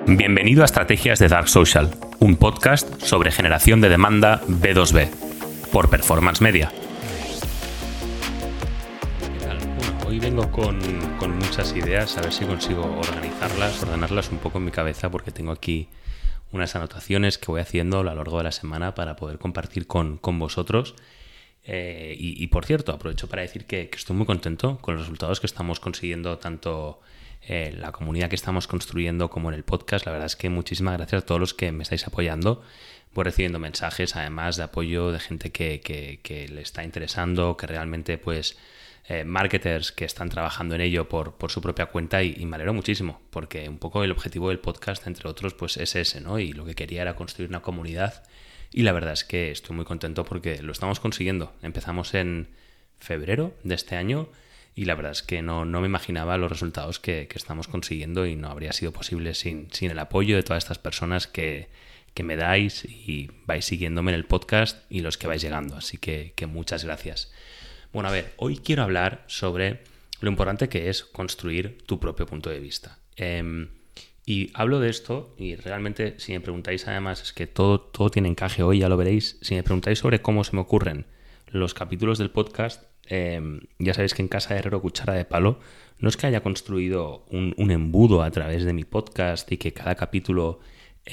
Bienvenido a Estrategias de Dark Social, un podcast sobre generación de demanda B2B, por Performance Media. Bueno, hoy vengo con muchas ideas, a ver si consigo ordenarlas un poco en mi cabeza, porque tengo aquí unas anotaciones que voy haciendo a lo largo de la semana para poder compartir con vosotros. Y por cierto, aprovecho para decir que estoy muy contento con los resultados que estamos consiguiendo, tanto la comunidad que estamos construyendo como en el podcast. La verdad es que muchísimas gracias a todos los que me estáis apoyando. Voy recibiendo mensajes además de apoyo de gente que le está interesando, que realmente pues marketers que están trabajando en ello por su propia cuenta, y me alegro muchísimo, porque un poco el objetivo del podcast, entre otros, pues es ese, ¿no? Y lo que quería era construir una comunidad, y la verdad es que estoy muy contento porque lo estamos consiguiendo. Empezamos en febrero de este año y la verdad es que no me imaginaba los resultados que estamos consiguiendo, y no habría sido posible sin el apoyo de todas estas personas que me dais y vais siguiéndome en el podcast, y los que vais llegando. Así que muchas gracias. Bueno, a ver, hoy quiero hablar sobre lo importante que es construir tu propio punto de vista. Y hablo de esto, y realmente, si me preguntáis, además, es que todo tiene encaje hoy, ya lo veréis. Si me preguntáis sobre cómo se me ocurren los capítulos del podcast, ya sabéis que en casa de herrero cuchara de palo. No es que haya construido un embudo a través de mi podcast y que cada capítulo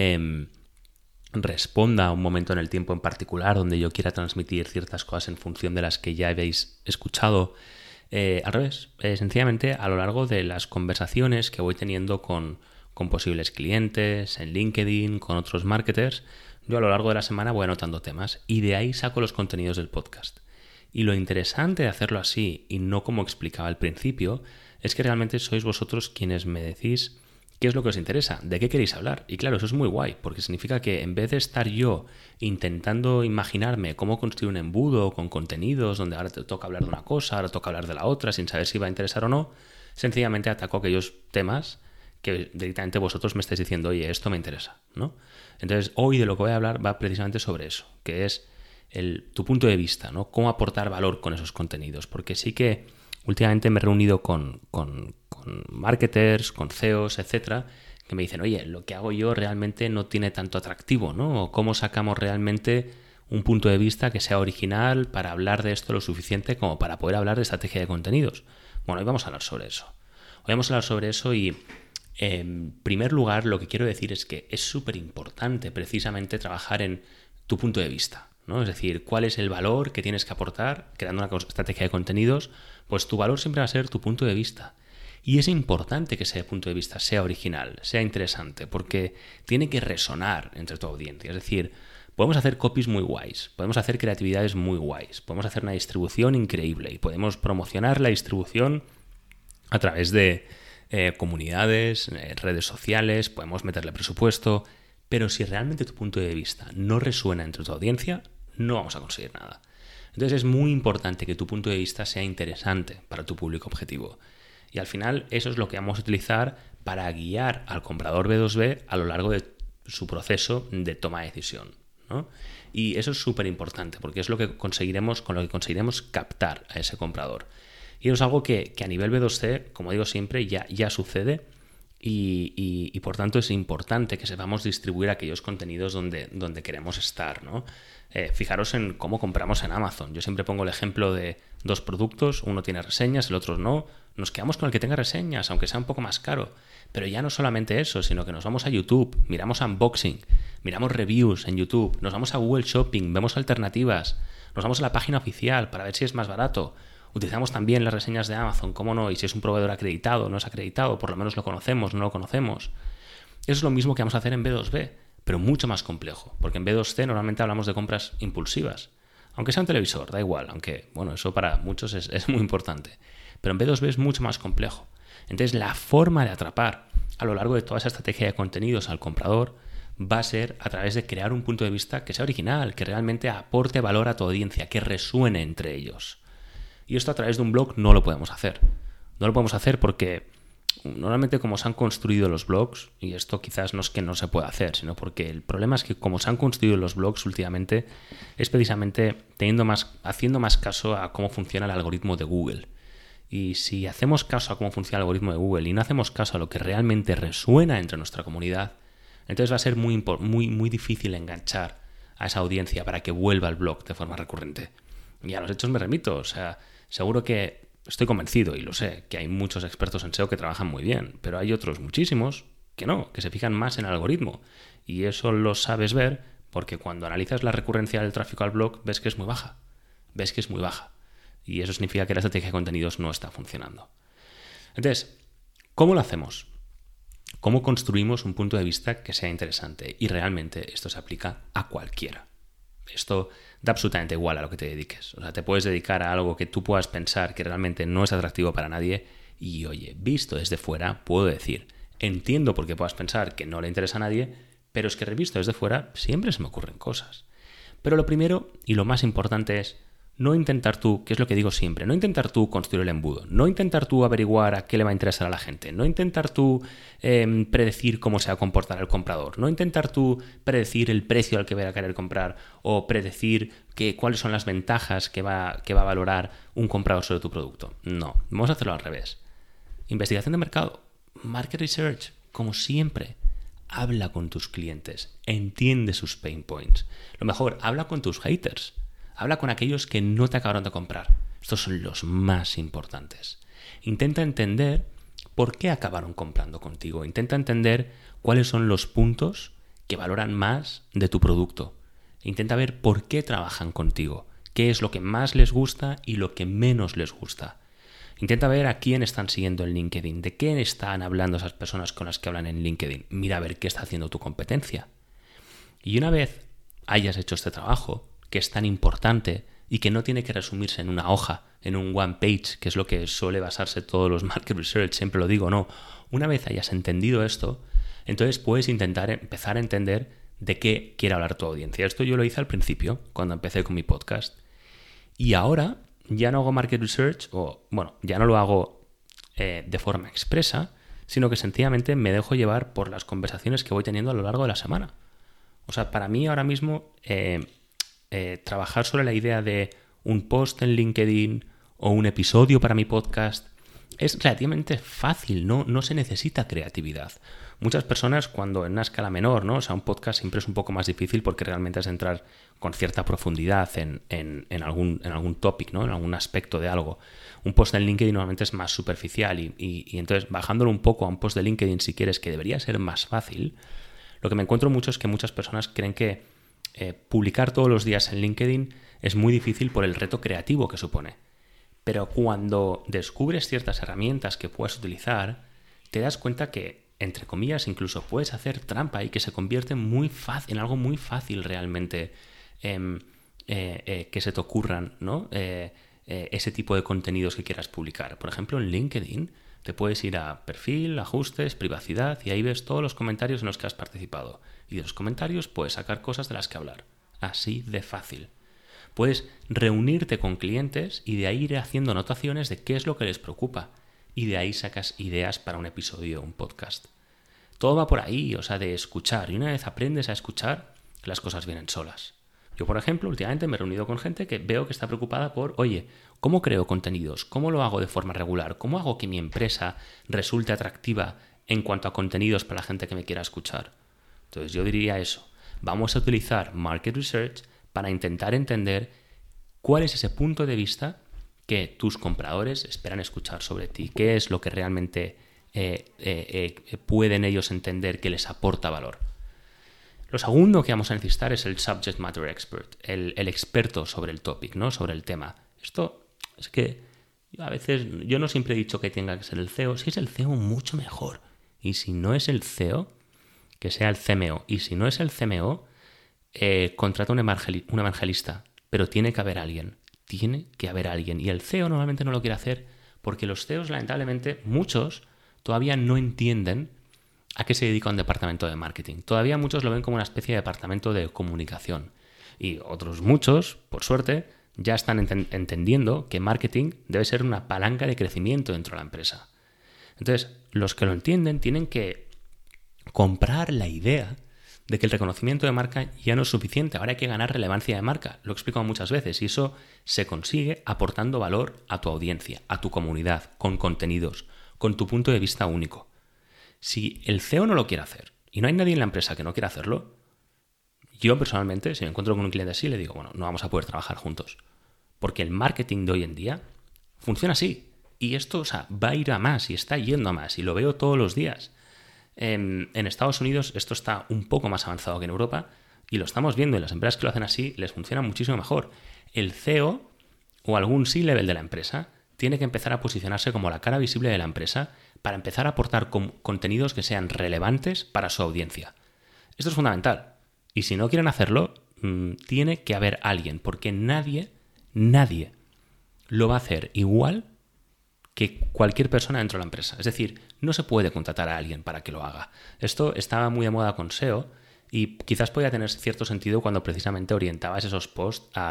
responda a un momento en el tiempo en particular donde yo quiera transmitir ciertas cosas en función de las que ya habéis escuchado. Al revés, sencillamente a lo largo de las conversaciones que voy teniendo con posibles clientes, en LinkedIn, con otros marketers, yo a lo largo de la semana voy anotando temas y de ahí saco los contenidos del podcast. Y lo interesante de hacerlo así, y no como explicaba al principio, es que realmente sois vosotros quienes me decís qué es lo que os interesa, de qué queréis hablar. Y claro, eso es muy guay, porque significa que en vez de estar yo intentando imaginarme cómo construir un embudo con contenidos donde ahora te toca hablar de una cosa, ahora toca hablar de la otra, sin saber si va a interesar o no, sencillamente ataco aquellos temas que directamente vosotros me estáis diciendo, oye, esto me interesa, ¿no? Entonces, hoy de lo que voy a hablar va precisamente sobre eso, que es tu punto de vista, ¿no? Cómo aportar valor con esos contenidos, porque sí que últimamente me he reunido con marketers, con CEOs, etcétera, que me dicen, oye, lo que hago yo realmente no tiene tanto atractivo, ¿no? O cómo sacamos realmente un punto de vista que sea original para hablar de esto lo suficiente como para poder hablar de estrategia de contenidos. Bueno, hoy vamos a hablar sobre eso. Hoy vamos a hablar sobre eso, y en primer lugar lo que quiero decir es que es súper importante precisamente trabajar en tu punto de vista, ¿no? Es decir, cuál es el valor que tienes que aportar creando una estrategia de contenidos. Pues tu valor siempre va a ser tu punto de vista. Y es importante que ese punto de vista sea original, sea interesante, porque tiene que resonar entre tu audiencia. Es decir, podemos hacer copies muy guays, podemos hacer creatividades muy guays, podemos hacer una distribución increíble y podemos promocionar la distribución a través de comunidades, redes sociales, podemos meterle presupuesto, pero si realmente tu punto de vista no resuena entre tu audiencia, no vamos a conseguir nada. Entonces es muy importante que tu punto de vista sea interesante para tu público objetivo. Y al final eso es lo que vamos a utilizar para guiar al comprador B2B a lo largo de su proceso de toma de decisión, ¿no? Y eso es súper importante, porque es lo que conseguiremos captar a ese comprador. Y eso es algo que a nivel B2C, como digo siempre, ya sucede, y por tanto es importante que sepamos distribuir aquellos contenidos donde queremos estar, ¿no? Fijaros en cómo compramos en Amazon. Yo siempre pongo el ejemplo de dos productos, uno tiene reseñas, el otro no. Nos quedamos con el que tenga reseñas, aunque sea un poco más caro. Pero ya no solamente eso, sino que nos vamos a YouTube, miramos unboxing, miramos reviews en YouTube, nos vamos a Google Shopping, vemos alternativas, nos vamos a la página oficial para ver si es más barato. Utilizamos también las reseñas de Amazon, cómo no, y si es un proveedor acreditado o no es acreditado, por lo menos lo conocemos, no lo conocemos. Eso es lo mismo que vamos a hacer en B2B, pero mucho más complejo, porque en B2C normalmente hablamos de compras impulsivas. Aunque sea un televisor, da igual, aunque, bueno, eso para muchos es muy importante. Pero en B2B es mucho más complejo. Entonces, la forma de atrapar a lo largo de toda esa estrategia de contenidos al comprador va a ser a través de crear un punto de vista que sea original, que realmente aporte valor a tu audiencia, que resuene entre ellos. Y esto a través de un blog no lo podemos hacer. No lo podemos hacer porque normalmente como se han construido los blogs, y esto quizás no es que no se pueda hacer, sino porque el problema es que como se han construido los blogs últimamente es precisamente haciendo más caso a cómo funciona el algoritmo de Google. Y si hacemos caso a cómo funciona el algoritmo de Google y no hacemos caso a lo que realmente resuena entre nuestra comunidad, Entonces va a ser muy difícil enganchar a esa audiencia para que vuelva al blog de forma recurrente. Y a los hechos me remito, o sea, seguro que estoy convencido y lo sé, que hay muchos expertos en SEO que trabajan muy bien, pero hay otros muchísimos que no, que se fijan más en el algoritmo. Y eso lo sabes ver porque cuando analizas la recurrencia del tráfico al blog ves que es muy baja. Y eso significa que la estrategia de contenidos no está funcionando. Entonces, ¿cómo lo hacemos? ¿Cómo construimos un punto de vista que sea interesante? Y realmente esto se aplica a cualquiera. Esto da absolutamente igual a lo que te dediques. O sea, te puedes dedicar a algo que tú puedas pensar que realmente no es atractivo para nadie y, oye, visto desde fuera, puedo decir, entiendo por qué puedas pensar que no le interesa a nadie, pero es que revisto desde fuera siempre se me ocurren cosas. Pero lo primero y lo más importante es no intentar tú, que es lo que digo siempre, no intentar tú construir el embudo, no intentar tú averiguar a qué le va a interesar a la gente, no intentar tú predecir cómo se va a comportar el comprador, no intentar tú predecir el precio al que va a querer comprar o predecir cuáles son las ventajas que va a valorar un comprador sobre tu producto. No, vamos a hacerlo al revés. Investigación de mercado, market research, como siempre. Habla con tus clientes, entiende sus pain points. Lo mejor, habla con tus haters. Habla con aquellos que no te acabaron de comprar. Estos son los más importantes. Intenta entender por qué acabaron comprando contigo. Intenta entender cuáles son los puntos que valoran más de tu producto. Intenta ver por qué trabajan contigo. Qué es lo que más les gusta y lo que menos les gusta. Intenta ver a quién están siguiendo en LinkedIn. ¿De qué están hablando esas personas con las que hablan en LinkedIn? Mira a ver qué está haciendo tu competencia. Y una vez hayas hecho este trabajo, que es tan importante y que no tiene que resumirse en una hoja, en un one page, que es lo que suele basarse todos los market research, siempre lo digo, no. Una vez hayas entendido esto, entonces puedes intentar empezar a entender de qué quiere hablar tu audiencia. Esto yo lo hice al principio, cuando empecé con mi podcast. Y ahora ya no hago market research, ya no lo hago de forma expresa, sino que sencillamente me dejo llevar por las conversaciones que voy teniendo a lo largo de la semana. O sea, para mí ahora mismo trabajar sobre la idea de un post en LinkedIn o un episodio para mi podcast es relativamente fácil, no se necesita creatividad. Muchas personas cuando en una escala menor, ¿no? O sea, un podcast siempre es un poco más difícil porque realmente has de entrar con cierta profundidad en algún topic, ¿no? En algún aspecto de algo. Un post en LinkedIn normalmente es más superficial y entonces bajándolo un poco a un post de LinkedIn si quieres, que debería ser más fácil, lo que me encuentro mucho es que muchas personas creen que publicar todos los días en LinkedIn es muy difícil por el reto creativo que supone. Pero cuando descubres ciertas herramientas que puedes utilizar, te das cuenta que, entre comillas, incluso puedes hacer trampa y que se convierte en algo muy fácil realmente que se te ocurran, ¿no? Ese tipo de contenidos que quieras publicar. Por ejemplo, en LinkedIn te puedes ir a perfil, ajustes, privacidad y ahí ves todos los comentarios en los que has participado. Y de los comentarios puedes sacar cosas de las que hablar. Así de fácil. Puedes reunirte con clientes y de ahí ir haciendo anotaciones de qué es lo que les preocupa. Y de ahí sacas ideas para un episodio o un podcast. Todo va por ahí, o sea, de escuchar. Y una vez aprendes a escuchar, las cosas vienen solas. Yo, por ejemplo, últimamente me he reunido con gente que veo que está preocupada por, oye, ¿cómo creo contenidos? ¿Cómo lo hago de forma regular? ¿Cómo hago que mi empresa resulte atractiva en cuanto a contenidos para la gente que me quiera escuchar? Entonces yo diría eso. Vamos a utilizar market research para intentar entender cuál es ese punto de vista que tus compradores esperan escuchar sobre ti. ¿Qué es lo que realmente pueden ellos entender que les aporta valor? Lo segundo que vamos a necesitar es el subject matter expert, el experto sobre el topic, ¿no? Sobre el tema. Esto es que a veces yo no siempre he dicho que tenga que ser el CEO. Si es el CEO, mucho mejor. Y si no es el CEO, que sea el CMO. Y si no es el CMO, contrata un evangelista. Pero tiene que haber alguien. Tiene que haber alguien. Y el CEO normalmente no lo quiere hacer porque los CEOs, lamentablemente, muchos todavía no entienden a qué se dedica un departamento de marketing. Todavía muchos lo ven como una especie de departamento de comunicación. Y otros muchos, por suerte, ya están entendiendo que marketing debe ser una palanca de crecimiento dentro de la empresa. Entonces, los que lo entienden tienen que comprar la idea de que el reconocimiento de marca ya no es suficiente. Ahora hay que ganar relevancia de marca. Lo he explicado muchas veces y eso se consigue aportando valor a tu audiencia, a tu comunidad, con contenidos, con tu punto de vista único. Si el CEO no lo quiere hacer y no hay nadie en la empresa que no quiera hacerlo, yo personalmente, si me encuentro con un cliente así, le digo, bueno, no vamos a poder trabajar juntos. Porque el marketing de hoy en día funciona así. Y esto, va a ir a más y está yendo a más. Y lo veo todos los días. En Estados Unidos esto está un poco más avanzado que en Europa. Y lo estamos viendo. Y las empresas que lo hacen así les funciona muchísimo mejor. El CEO o algún C-level de la empresa tiene que empezar a posicionarse como la cara visible de la empresa para empezar a aportar contenidos que sean relevantes para su audiencia. Esto es fundamental. Y si no quieren hacerlo, tiene que haber alguien, porque nadie lo va a hacer igual que cualquier persona dentro de la empresa. Es decir, no se puede contratar a alguien para que lo haga. Esto estaba muy de moda con SEO y quizás podía tener cierto sentido cuando precisamente orientabas esos posts a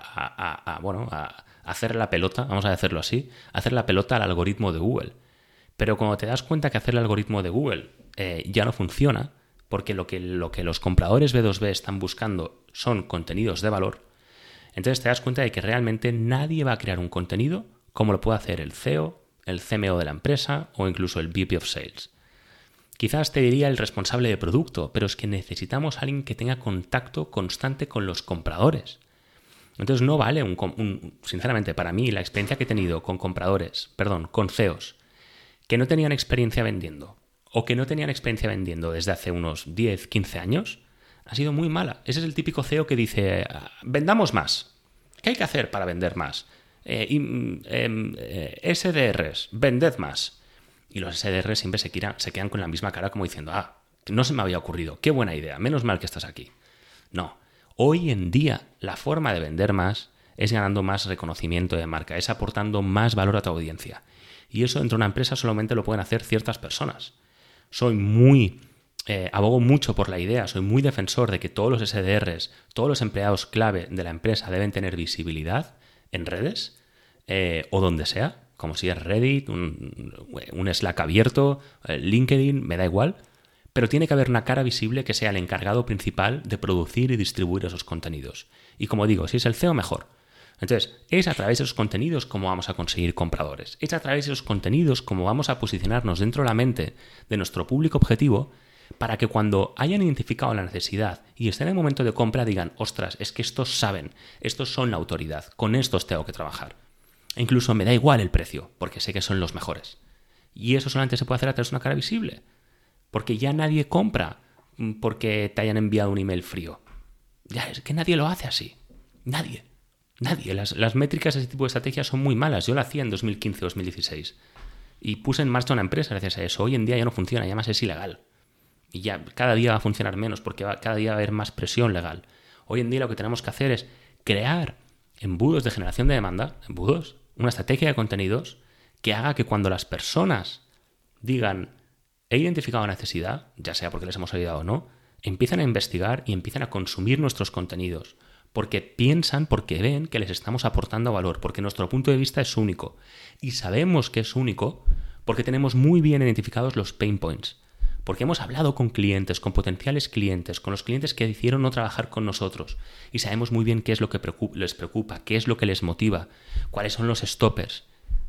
hacer la pelota, vamos a decirlo así, hacer la pelota al algoritmo de Google. Pero cuando te das cuenta que hacer el algoritmo de Google ya no funciona, porque lo que los compradores B2B están buscando son contenidos de valor, entonces te das cuenta de que realmente nadie va a crear un contenido como lo puede hacer el CEO, el CMO de la empresa o incluso el VP of Sales. Quizás te diría el responsable de producto, pero es que necesitamos a alguien que tenga contacto constante con los compradores. Entonces no vale sinceramente, para mí, la experiencia que he tenido con con CEOs que no tenían experiencia vendiendo o que no tenían experiencia vendiendo desde hace unos 10, 15 años, ha sido muy mala. Ese es el típico CEO que dice, vendamos más. ¿Qué hay que hacer para vender más? SDRs, vended más. Y los SDRs siempre se quedan con la misma cara como diciendo, no se me había ocurrido, qué buena idea, menos mal que estás aquí. No, hoy en día la forma de vender más es ganando más reconocimiento de marca, es aportando más valor a tu audiencia. Y eso dentro de una empresa solamente lo pueden hacer ciertas personas. Abogo mucho por la idea, soy muy defensor de que todos los SDRs, todos los empleados clave de la empresa deben tener visibilidad en redes o donde sea, como si es Reddit, un Slack abierto, LinkedIn, me da igual, pero tiene que haber una cara visible que sea el encargado principal de producir y distribuir esos contenidos. Y como digo, si es el CEO, mejor. Entonces, es a través de esos contenidos como vamos a conseguir compradores. Es a través de esos contenidos como vamos a posicionarnos dentro de la mente de nuestro público objetivo para que cuando hayan identificado la necesidad y estén en el momento de compra digan, ostras, es que estos saben, estos son la autoridad, con estos tengo que trabajar. E incluso me da igual el precio, porque sé que son los mejores. Y eso solamente se puede hacer a través de una cara visible. Porque ya nadie compra porque te hayan enviado un email frío. Ya es que nadie lo hace así. Nadie. Las métricas de ese tipo de estrategias son muy malas. Yo lo hacía en 2015-2016. Y puse en marcha una empresa gracias a eso. Hoy en día ya no funciona, ya más es ilegal. Y ya cada día va a funcionar menos porque cada día va a haber más presión legal. Hoy en día lo que tenemos que hacer es crear embudos de generación de demanda, una estrategia de contenidos que haga que cuando las personas digan he identificado necesidad, ya sea porque les hemos ayudado o no, empiezan a investigar y empiezan a consumir nuestros contenidos. Porque ven que les estamos aportando valor, porque nuestro punto de vista es único. Y sabemos que es único porque tenemos muy bien identificados los pain points. Porque hemos hablado con clientes, con potenciales clientes, con los clientes que decidieron no trabajar con nosotros. Y sabemos muy bien qué es lo que les preocupa, qué es lo que les motiva, cuáles son los stoppers.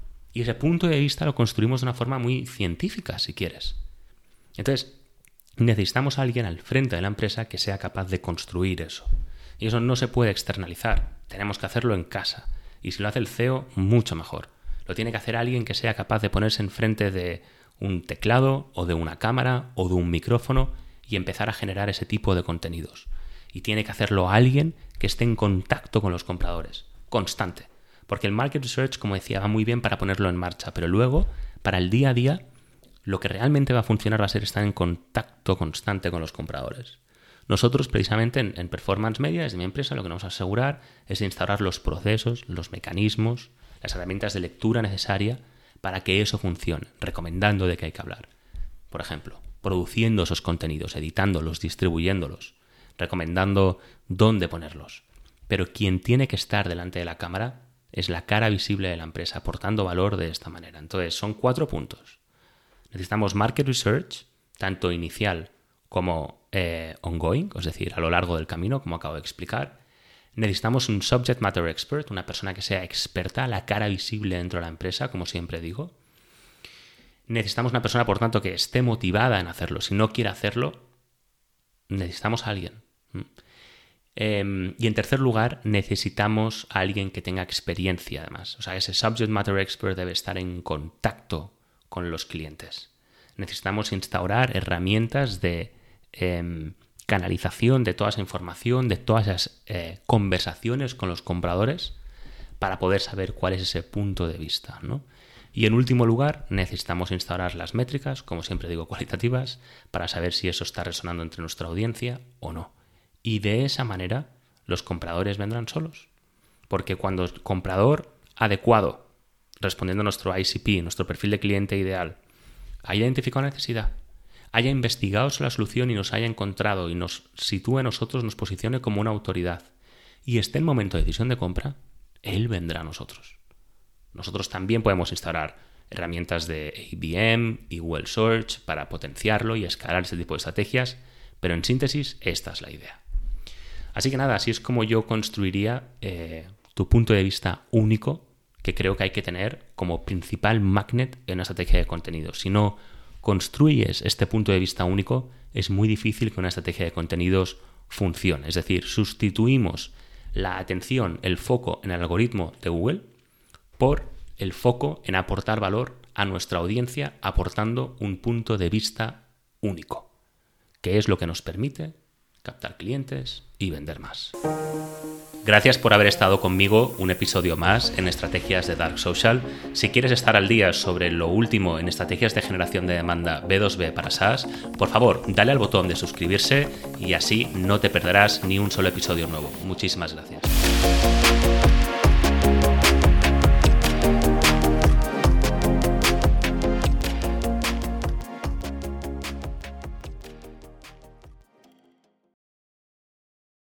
Y ese punto de vista lo construimos de una forma muy científica, si quieres. Entonces, necesitamos a alguien al frente de la empresa que sea capaz de construir eso. Y eso no se puede externalizar. Tenemos que hacerlo en casa. Y si lo hace el CEO, mucho mejor. Lo tiene que hacer alguien que sea capaz de ponerse enfrente de un teclado o de una cámara o de un micrófono y empezar a generar ese tipo de contenidos. Y tiene que hacerlo alguien que esté en contacto con los compradores. Constante. Porque el market research, como decía, va muy bien para ponerlo en marcha. Pero luego, para el día a día, lo que realmente va a funcionar va a ser estar en contacto constante con los compradores. Nosotros, precisamente, en Performance Media, desde mi empresa, lo que nos vamos a asegurar es instaurar los procesos, los mecanismos, las herramientas de lectura necesaria para que eso funcione, recomendando de qué hay que hablar. Por ejemplo, produciendo esos contenidos, editándolos, distribuyéndolos, recomendando dónde ponerlos. Pero quien tiene que estar delante de la cámara es la cara visible de la empresa, aportando valor de esta manera. Entonces, son 4 puntos. Necesitamos market research, tanto inicial como ongoing, es decir, a lo largo del camino, como acabo de explicar. Necesitamos un subject matter expert, una persona que sea experta, la cara visible dentro de la empresa, como siempre digo. Necesitamos una persona, por tanto, que esté motivada en hacerlo. Si no quiere hacerlo, necesitamos a alguien. Y en tercer lugar, necesitamos a alguien que tenga experiencia además. O sea, ese subject matter expert debe estar en contacto con los clientes. Necesitamos instaurar herramientas de canalización de toda esa información, de todas esas conversaciones con los compradores para poder saber cuál es ese punto de vista, ¿no? Y en último lugar, necesitamos instaurar las métricas, como siempre digo, cualitativas, para saber si eso está resonando entre nuestra audiencia o no. Y de esa manera los compradores vendrán solos. Porque cuando el comprador adecuado, respondiendo a nuestro ICP, nuestro perfil de cliente ideal, haya identificado la necesidad, haya investigado sobre la solución y nos haya encontrado y nos sitúe a nosotros, nos posicione como una autoridad y esté en momento de decisión de compra, él vendrá a nosotros. Nosotros también podemos instaurar herramientas de ABM y Google Search para potenciarlo y escalar este tipo de estrategias, pero en síntesis, esta es la idea. Así que nada, así es como yo construiría tu punto de vista único, que creo que hay que tener como principal magnet en una estrategia de contenido. Si no construyes este punto de vista único, es muy difícil que una estrategia de contenidos funcione. Es decir, sustituimos la atención, el foco en el algoritmo de Google por el foco en aportar valor a nuestra audiencia, aportando un punto de vista único, que es lo que nos permite captar clientes y vender más. Gracias por haber estado conmigo un episodio más en Estrategias de Dark Social. Si quieres estar al día sobre lo último en estrategias de generación de demanda B2B para SaaS, por favor, dale al botón de suscribirse y así no te perderás ni un solo episodio nuevo. Muchísimas gracias.